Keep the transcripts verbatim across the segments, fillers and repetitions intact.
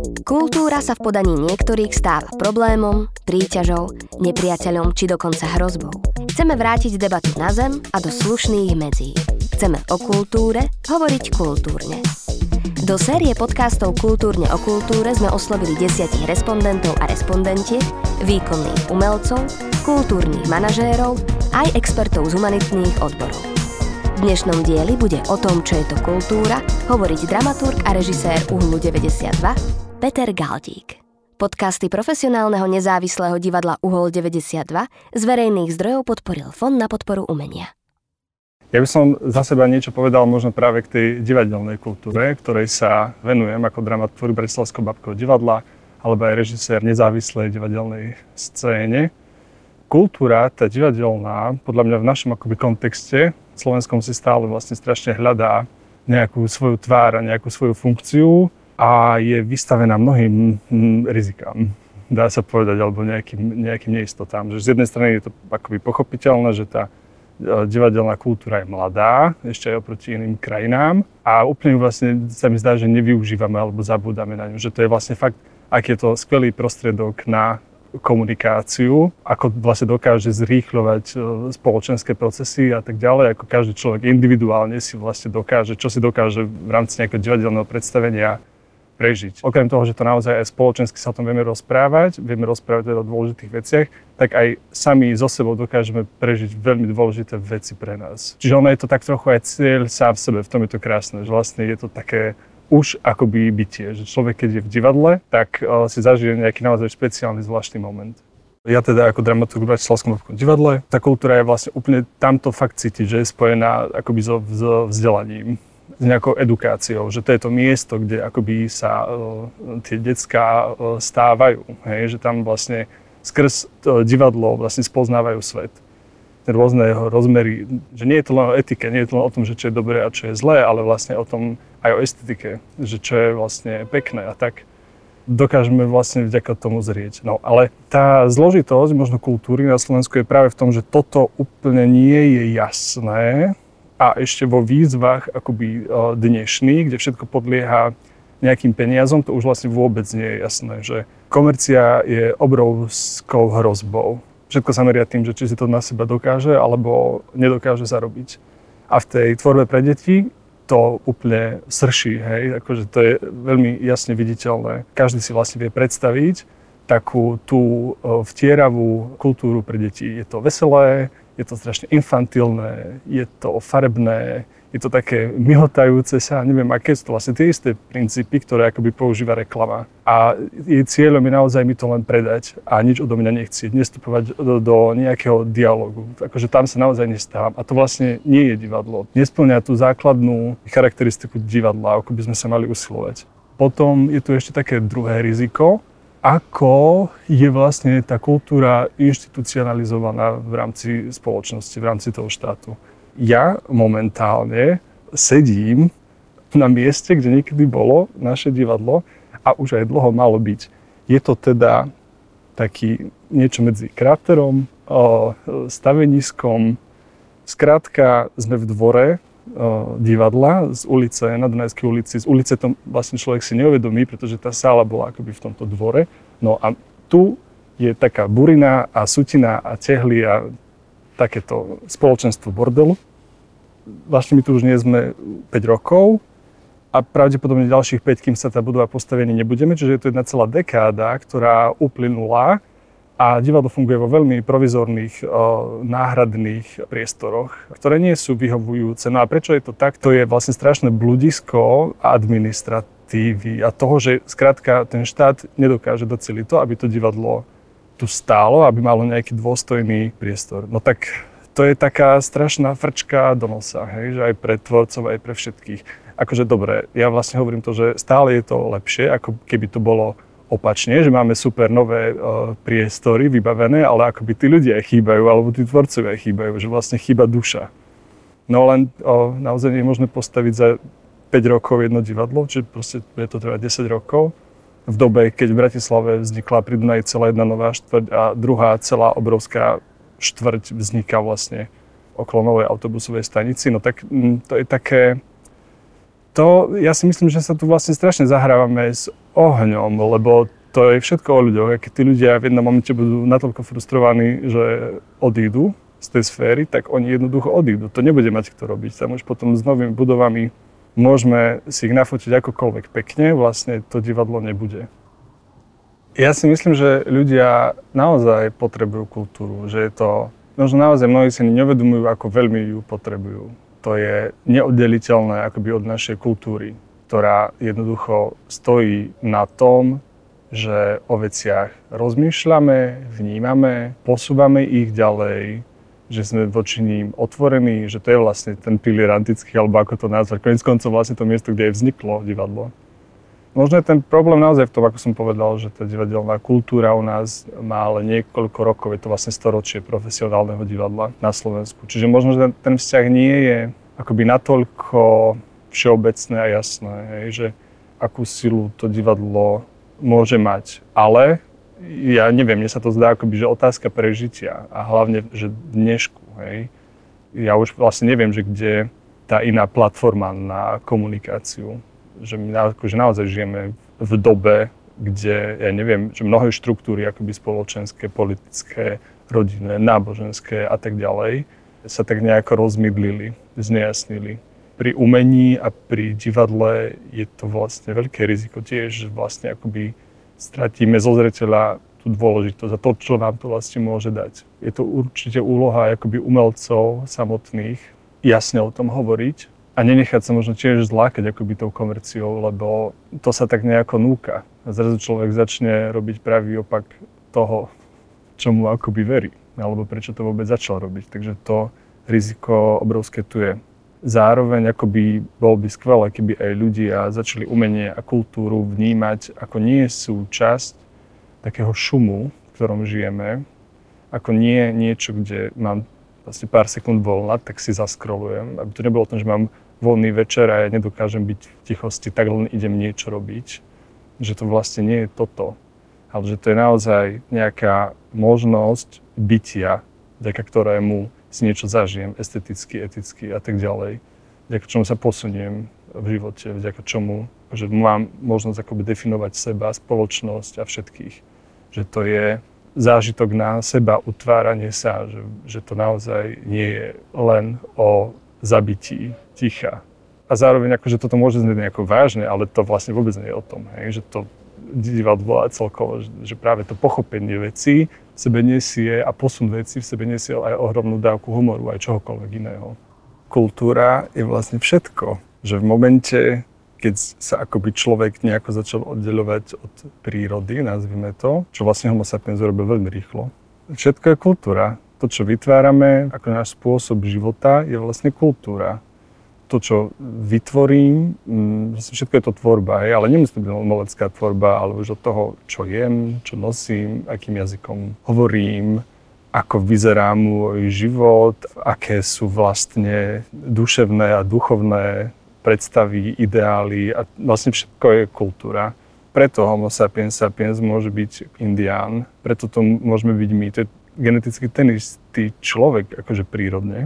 Kultúra sa v podaní niektorých stáva problémom, príťažou, nepriateľom či dokonca hrozbou. Chceme vrátiť debatu na zem a do slušných medzí. Chceme o kultúre hovoriť kultúrne. Do série podcastov Kultúrne o kultúre sme oslovili desiatich respondentov a respondentiek, výkonných umelcov, kultúrnych manažérov aj expertov z humanitných odborov. V dnešnom dieli bude o tom, čo je to kultúra, hovoriť dramaturg a režisér Uhlu deväťdesiatdva Peter Galdík. Podcasty profesionálneho nezávislého divadla Uhol deväťdesiatdva z verejných zdrojov podporil Fond na podporu umenia. Ja by som za seba niečo povedal možno práve k tej divadelnej kultúre, ktorej sa venujem ako dramaturg Bratislavského Babkovho divadla alebo aj režisér nezávislej divadelnej scéne. Kultúra, tá divadelná, podľa mňa v našom akoby kontexte slovenskom si stále vlastne strašne hľadá nejakú svoju tvár a nejakú svoju funkciu a je vystavená mnohým rizikám, dá sa povedať, alebo nejakým, nejakým neistotám. Že z jednej strany je to akoby pochopiteľné, že tá divadelná kultúra je mladá, ešte aj oproti iným krajinám a úplne vlastne sa mi zdá, že nevyužívame alebo zabúdame na ňu, že to je vlastne fakt, aký je to skvelý prostriedok na komunikáciu, ako vlastne dokáže zrýchľovať spoločenské procesy a tak ďalej, ako každý človek individuálne si vlastne dokáže, čo si dokáže v rámci nejakého divadelného predstavenia prežiť. Okrem toho, že to naozaj aj spoločensky sa o tom vieme rozprávať, vieme rozprávať o dôležitých veciach, tak aj sami so sebou dokážeme prežiť veľmi dôležité veci pre nás. Čiže ono je to tak trochu aj cieľ sám v sebe, v tom je to krásne, že vlastne je to také už akoby bytie, že človek, keď je v divadle, tak uh, si zažije nejaký naozaj špeciálny, zvláštny moment. Ja teda ako dramaturg v Bratislavskom Babkovom divadle, tá kultúra je vlastne úplne tamto fakt cítiť, že je spojená akoby so, so vzdelaním, s nejakou edukáciou, že to je to miesto, kde akoby sa uh, tie decká uh, stávajú, hej, že tam vlastne skrz to divadlo vlastne spoznávajú svet. Rôzne jeho rozmery, že nie je to len o etike, nie je to len o tom, že čo je dobré a čo je zlé, ale vlastne o tom aj o estetike, že čo je vlastne pekné a tak dokážeme vlastne vďaka tomu zrieť. No ale tá zložitosť možno kultúry na Slovensku je práve v tom, že toto úplne nie je jasné a ešte vo výzvach akoby dnešných, kde všetko podlieha nejakým peniazom, to už vlastne vôbec nie je jasné, že komercia je obrovskou hrozbou. Všetko sa meria tým, že či si to na seba dokáže, alebo nedokáže zarobiť. A v tej tvorbe pre deti to úplne srší, hej, akože to je veľmi jasne viditeľné. Každý si vlastne vie predstaviť takú tú vtieravú kultúru pre deti. Je to veselé, je to strašne infantilné, je to farebné, je to také mihotajúce sa, neviem, aké sú to vlastne tie isté princípy, ktoré akoby používa reklama. A jej cieľom je naozaj mi to len predať a nič odo mňa nechcieť, nestupovať do, do nejakého dialogu. Akože tam sa naozaj nestávam. A to vlastne nie je divadlo. Nespĺňa tú základnú charakteristiku divadla, ako by sme sa mali usilovať. Potom je tu ešte také druhé riziko, ako je vlastne tá kultúra inštitucionalizovaná v rámci spoločnosti, v rámci toho štátu. Ja momentálne sedím na mieste, kde niekedy bolo naše divadlo a už aj dlho malo byť. Je to teda taký niečo medzi kráterom, staveniskom. Skrátka sme v dvore divadla z ulice, na Dunajskej ulici. Z ulice to vlastne človek si neuvedomí, pretože tá sála bola akoby v tomto dvore. No a tu je taká burina a sutina a tehly a takéto spoločenstvo bordelu. Vlastne my tu už nie sme päť rokov a pravdepodobne ďalších päť, kým sa tá budova postaví, nebudeme, čiže je to jedna celá dekáda, ktorá uplynula a divadlo funguje vo veľmi provizorných, náhradných priestoroch, ktoré nie sú vyhovujúce. No a prečo je to tak? To je vlastne strašné bludisko administratívy a toho, že skrátka ten štát nedokáže doceliť to, aby to divadlo tu stálo, aby malo nejaký dôstojný priestor. No tak to je taká strašná frčka do nosa, hej, že aj pre tvorcov, aj pre všetkých. Akože dobre, ja vlastne hovorím to, že stále je to lepšie, ako keby to bolo opačne, že máme super nové uh, priestory vybavené, ale akoby tí ľudia chýbajú, alebo tí tvorcovia chýbajú, že vlastne chýba duša. No len uh, naozaj nie je možné postaviť za päť rokov jedno divadlo, čiže proste bude to trvať desať rokov. V dobe, keď v Bratislave vznikla pri Dunaji celá jedna nová štvrť a druhá celá obrovská štvrť vzniká vlastne okolo novej autobusovej stanici, no tak to je také... To, ja si myslím, že sa tu vlastne strašne zahrávame s ohňom, lebo to je všetko o ľuďoch. A keď tí ľudia v jednom momente budú natoľko frustrovaní, že odídu z tej sféry, tak oni jednoducho odídu. To nebude mať kto robiť. Tam už potom s novými budovami môžeme si ich nafotiť akokoľvek pekne, vlastne to divadlo nebude. Ja si myslím, že ľudia naozaj potrebujú kultúru, že je to, možno naozaj mnohí si neuvedomujú, ako veľmi ju potrebujú. To je neoddeliteľné akoby od našej kultúry, ktorá jednoducho stojí na tom, že o veciach rozmýšľame, vnímame, posúvame ich ďalej, že sme voči ním otvorení, že to je vlastne ten pilier antický, alebo ako to nazvať. Koniec koncov vlastne to miesto, kde je vzniklo divadlo. Možno je ten problém naozaj v tom, ako som povedal, že tá divadelná kultúra u nás má ale niekoľko rokov, je to vlastne storočie profesionálneho divadla na Slovensku. Čiže možno, že ten, ten vzťah nie je akoby natoľko všeobecné a jasné, hej, že akú silu to divadlo môže mať. Ale ja neviem, mne sa to zdá akoby, že otázka prežitia a hlavne, že dnešku, hej. Ja už vlastne neviem, že kde tá iná platforma na komunikáciu. Že my akože naozaj žijeme v dobe, kde, ja neviem, že mnohé štruktúry akoby spoločenské, politické, rodinné, náboženské a tak ďalej sa tak nejako rozmydlili, znejasnili. Pri umení a pri divadle je to vlastne veľké riziko tiež, že vlastne akoby stratíme zo zreteľa tú dôležitosť a to, čo nám to vlastne môže dať. Je to určite úloha akoby umelcov samotných jasne o tom hovoriť a nenechať sa možno tiež zlákať akoby tou komerciou, lebo to sa tak nejako núka. A zrazu človek začne robiť pravý opak toho, čomu akoby verí, alebo prečo to vôbec začal robiť. Takže to riziko obrovské tu je. Zároveň akoby bolo by skvelé, keby aj ľudia začali umenie a kultúru vnímať ako nie sú časť takého šumu, v ktorom žijeme, ako nie niečo, kde mám vlastne pár sekúnd voľna, tak si zaskrolujem. Aby to nebolo o tom, že mám voľný večer a ja nedokážem byť v tichosti, tak len idem niečo robiť. Že to vlastne nie je toto, ale že to je naozaj nejaká možnosť bytia, vďaka ktorému si niečo zažijem, esteticky, eticky a tak ďalej. Vďaka čomu sa posuniem v živote, vďaka čomu že mám možnosť akoby definovať seba, spoločnosť a všetkých. Že to je zážitok na seba, utváranie sa, že, že to naozaj nie je len o zabití ticha. A zároveň akože toto môže znieť nejako vážne, ale to vlastne vôbec nie je o tom, hej? Že to divadlo a celkovo, že, že práve to pochopenie vecí v sebe nesie a posun vecí v sebe nesie aj ohromnú dávku humoru, aj čohokoľvek iného. Kultúra je vlastne všetko, že v momente, keď sa akoby človek nejako začal oddeľovať od prírody, nazvime to, čo vlastne Homo sapiens urobil veľmi rýchlo. Všetko je kultúra. To, čo vytvárame ako náš spôsob života, je vlastne kultúra. To, čo vytvorím, vlastne všetko je to tvorba, hej, ale nemusí to byť umelecká tvorba, ale už od toho, čo jem, čo nosím, akým jazykom hovorím, ako vyzerá môj život, aké sú vlastne duševné a duchovné predstavy, ideály a vlastne všetko je kultúra. Preto Homo sapiens sapiens môže byť indián, preto to môžeme byť my. To je geneticky ten istý človek, akože prírodne,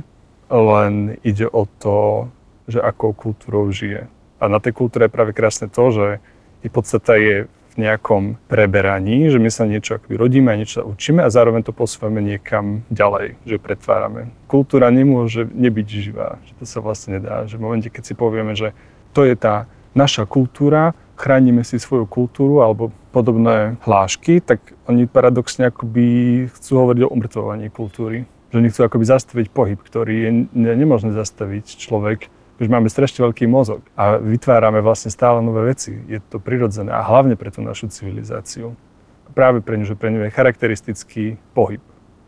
len ide o to, že akou kultúrou žije. A na tej kultúre je práve krásne to, že jej podstata je v nejakom preberaní, že my sa niečo akoby rodíme a niečo sa učíme a zároveň to posúvame niekam ďalej, že pretvárame. Kultúra nemôže nebyť živá, že to sa vlastne nedá. Že v momente, keď si povieme, že to je tá naša kultúra, chránime si svoju kultúru alebo podobné hlášky, tak oni paradoxne akoby chcú hovoriť o umrtvovaní kultúry. Že oni chcú akoby zastaviť pohyb, ktorý je nemožné zastaviť človek, že máme strašne veľký mozog a vytvárame vlastne stále nové veci. Je to prirodzené a hlavne pre tú našu civilizáciu. Práve pre ňu, že pre ňu je charakteristický pohyb.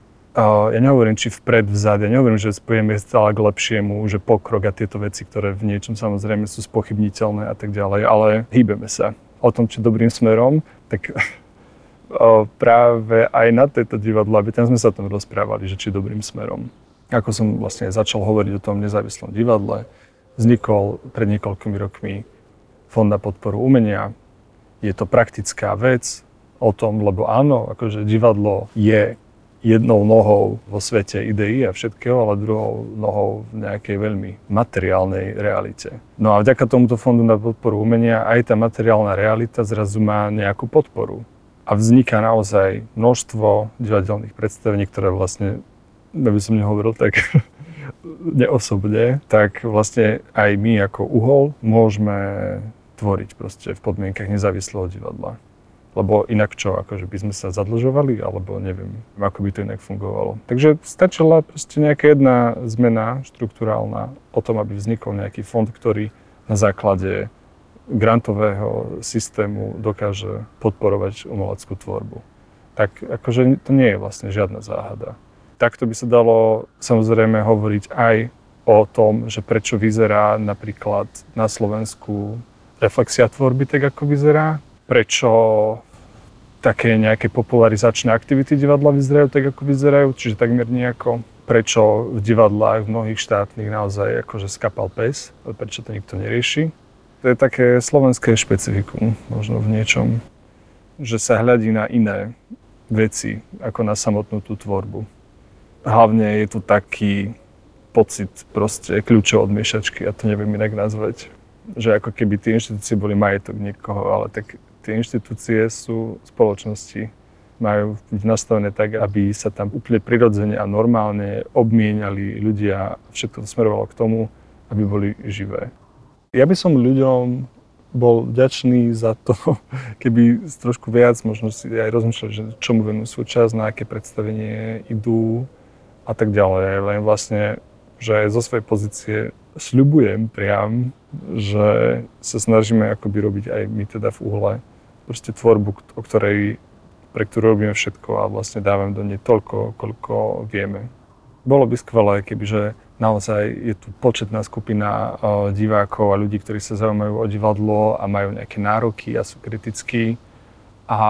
Ja nehovorím, či vpred, vzad, ja nehovorím, že spojíme stále k lepšiemu, že pokrok a tieto veci, ktoré v niečom samozrejme sú spochybniteľné a tak ďalej, ale hýbeme sa. O tom, či dobrým smerom, tak práve aj na tejto divadle, aby tam sme sa o tom rozprávali, že či dobrým smerom. Ako som vlastne začal hovoriť o tom nezávislom divadle, vznikol pred niekoľkými rokmi Fond na podporu umenia. Je to praktická vec o tom, lebo áno, akože divadlo je jednou nohou vo svete ideí a všetkého, ale druhou nohou v nejakej veľmi materiálnej realite. No a vďaka tomuto fondu na podporu umenia aj tá materiálna realita zrazu má nejakú podporu. A vzniká naozaj množstvo divadelných predstavení, ktoré vlastne, aby som nehovoril tak neosobne, tak vlastne aj my ako uhol môžeme tvoriť proste v podmienkach nezávislého divadla. Lebo inak čo, akože by sme sa zadlžovali, alebo neviem, ako by to inak fungovalo. Takže stačila proste nejaká jedna zmena štruktúrálna o tom, aby vznikol nejaký fond, ktorý na základe grantového systému dokáže podporovať umeleckú tvorbu. Tak akože to nie je vlastne žiadna záhada. Takto by sa dalo samozrejme hovoriť aj o tom, že prečo vyzerá napríklad na Slovensku reflexia tvorby tak, ako vyzerá. Prečo také nejaké popularizačné aktivity divadla vyzerajú tak, ako vyzerajú, čiže takmer nejako. Prečo v divadlách v mnohých štátnych naozaj akože skapal pes, prečo to nikto nerieši. To je také slovenské špecifikum, možno v niečom, že sa hľadí na iné veci, ako na samotnú tú tvorbu. Hlavne je tu taký pocit proste kľúčov od miešačky, ja to neviem inak nazvať. Že ako keby tie inštitúcie boli majetok niekoho, ale tak tie inštitúcie sú spoločnosti, majú byť nastavené tak, aby sa tam úplne prirodzene a normálne obmieniali ľudia a všetko to smerovalo k tomu, aby boli živé. Ja by som ľuďom bol vďačný za to, keby trošku viac možno si aj rozmýšľali, že čomu venujú svoj čas, na aké predstavenie idú a tak ďalej. Len vlastne, že zo svojej pozície sľubujem priam, že sa snažíme akoby robiť aj my teda v uhle proste tvorbu, o ktorej, pre ktorú robíme všetko a vlastne dávame do nej toľko, koľko vieme. Bolo by skvelé, kebyže naozaj je tu početná skupina uh, divákov a ľudí, ktorí sa zaujímajú o divadlo a majú nejaké nároky a sú kritickí a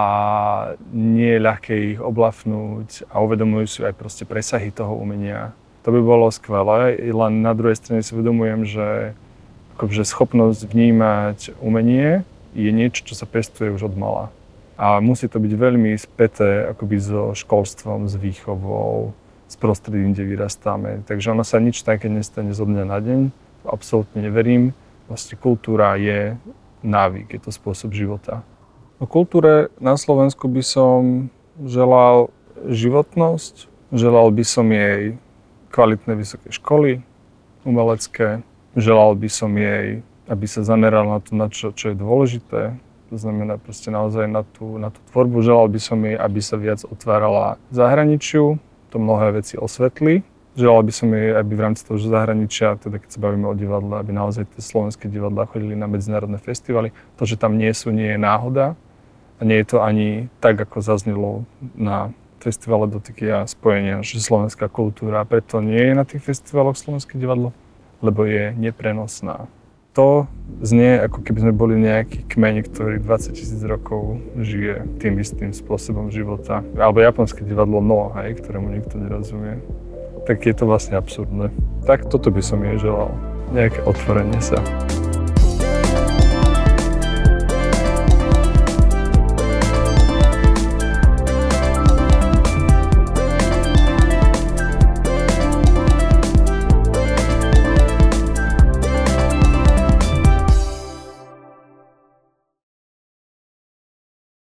nie je ľahké ich oblafnúť a uvedomujú si aj proste presahy toho umenia. To by bolo skvelé, len na druhej strane si uvedomujem, že akože schopnosť vnímať umenie je niečo, čo sa pestuje už od mala. A musí to byť veľmi späté akoby so školstvom, s výchovou, s prostredím, kde vyrastáme. Takže ono sa nič také nestane zo dňa na deň. Absolútne neverím. Vlastne kultúra je návyk, je to spôsob života. O kultúre na Slovensku by som želal životnosť, želal by som jej kvalitné vysoké školy, umelecké. Želal by som jej, aby sa zamerala na to, na čo, čo je dôležité. To znamená proste naozaj na tú, na tú tvorbu. Želal by som jej, aby sa viac otvárala zahraničiu. To mnohé veci osvetlí. Želal by som jej, aby v rámci toho zahraničia, teda keď sa bavíme o divadle, aby naozaj tie slovenské divadlá chodili na medzinárodné festivaly. To, že tam nie sú, nie je náhoda. A nie je to ani tak, ako zaznelo na festivale Dotyky a spojenia, že slovenská kultúra preto nie je na tých festivaloch slovenské divadlo, lebo je neprenosná. To znie, ako keby sme boli nejaký kmeň, ktorý dvadsaťtisíc rokov žije tým istým spôsobom života. Alebo japonské divadlo No, hej, ktorému nikto nerozumie. Tak je to vlastne absurdné. Tak toto by som jej želal. Nejaké otvorenie sa.